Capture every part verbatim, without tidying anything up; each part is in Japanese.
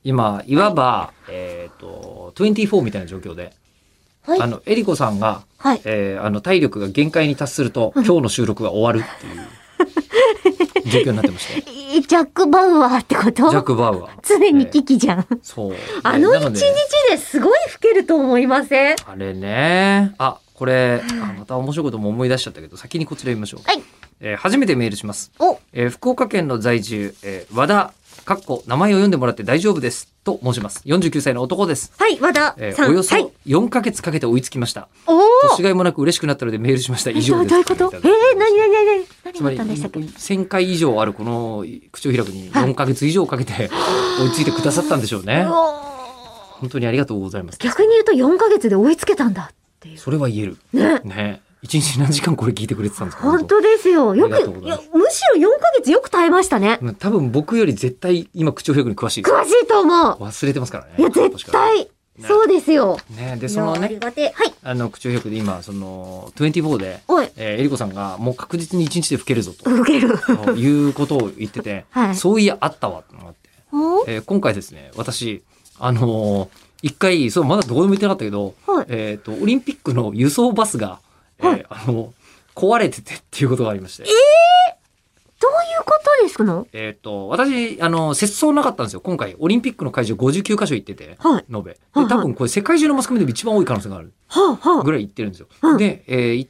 今いわば、はい、えっ、ー、とにじゅうよんみたいな状況で、はい、あのえりこさんが、はいえー、あの体力が限界に達すると、うん、今日の収録が終わるっていう状況になってましてジャック・バウアーってこと？ ジャック・バウアー常に危機じゃん、えー、 そうあの一日ですごい老けると思いません？ あれねあこれあまた面白いことも思い出しちゃったけど先にこちら読みましょう、 はいえー、初めてメールします、お、えー、福岡県の在住、えー、和田かっこ名前を読んでもらって大丈夫ですと申します。よんじゅうきゅうさいの男です。 はい、和田えー、 さん。 およそよんかげつかけて追いつきました。 お年がいもなく嬉しくなったのでメールしました。以上です。 どういうこと？えー、なになになにつまりせんかい以上あるこの口を開くによんかげつ以上かけて追いついてくださったんでしょうね。本当にありがとうございます。 逆に言うとよんかげつで追いつけたんだっていう。 それは言える。 ね。 ね。一日何時間これ聞いてくれてたんですか？ 本当ですよ。よく、いやむしろよんかげつよく耐えましたね。 多分僕より絶対今口を開くに詳しい。 詳しいと思う。 忘れてますからね。 いや絶対、ね、そうですよ。 ねでそのね、 あ, はい、 あの口を開くで今そのにじゅうよんで、えー、えりこさんがもう確実に一日で老けるぞと。 老ける。 ということを言ってて、はい、そういやあったわってのがあって、えー、今回ですね私あのー、一回そうまだどこでも言ってなかったけど、はい、えっ、ー、とオリンピックの輸送バスが、はいえー、あの壊れててっていうことがありまして。えー、 どういうことですかの？ えっ、ー、と、私、あの、接走なかったんですよ。今回、オリンピックの会場ごじゅうきゅうかしょ行ってて、はい、延べ。で、多分これ世界中のマスコミでも一番多い可能性がある。はあはあ、ぐらい行ってるんですよ。はあ、で、えー、行って、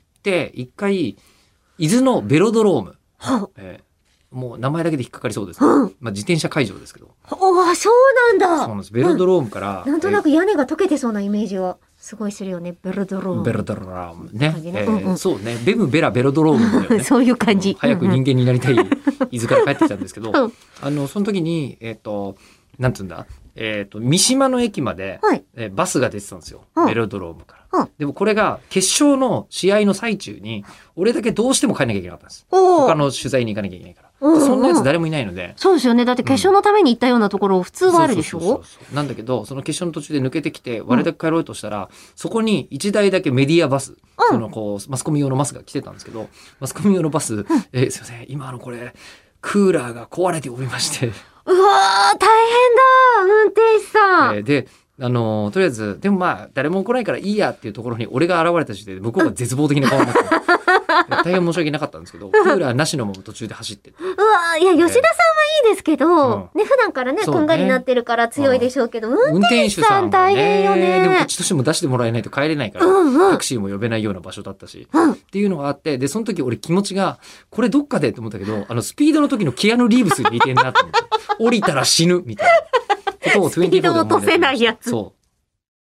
一回、伊豆のベロドローム。はあえー、もう名前だけで引っかかりそうですけど、はあ、まあ自転車会場ですけど。 おー、そうなんだ。 そうなんです。ベロドロームから。 うん、なんとなく屋根が溶けてそうなイメージは。すごいするよね。ベロドローム。 ベロドロームね。ねえーうんうん、そうね。ベムベラベロドロームだよね。 そういう感じ。 早く人間になりたい伊豆から帰ってきたんですけど、うん、あのその時にえっ、ー、となんつうんだ、えっ、ー、と三島の駅まで、はいえー、バスが出てたんですよ。うん、ベロドロームから、うん。でもこれが決勝の試合の最中に俺だけどうしても帰んなきゃいけなかったんです。他の取材に行かなきゃいけないから。うんうん、そんなやつ誰もいないので。 そうですよね。だって決勝のために行ったようなところ普通はあるでしょ。 なんだけど、その決勝の途中で抜けてきて、我だけ帰ろうとしたら、うん、そこにいちだいだけメディアバス、うん、そのこうマスコミ用のバスが来てたんですけど、マスコミ用のバス、うん、えー、すいません、今あのこれクーラーが壊れておりまして。 うわー、大変だ、運転手さん。 えー、で。あのー、とりあえず、でもまあ、誰も来ないからいいやっていうところに俺が現れた時点で向こうが絶望的な顔になって、大変申し訳なかったんですけど、クーラーなしのまま途中で走ってて。 うわいや、吉田さんはいいですけど、うん、ね、普段からね、こんがりなってるから強いでしょうけど、うん、運転手さん大変よね。 でもこっちとしても出してもらえないと帰れないから、うんうん、タクシーも呼べないような場所だったし、うん、っていうのがあって、で、その時俺気持ちが、これどっかでと思ったけど、あの、スピードの時のキアヌ・リーブスに似てんなと思って、降りたら死ぬみたいな。ことをスピード落とせないやつ。 そ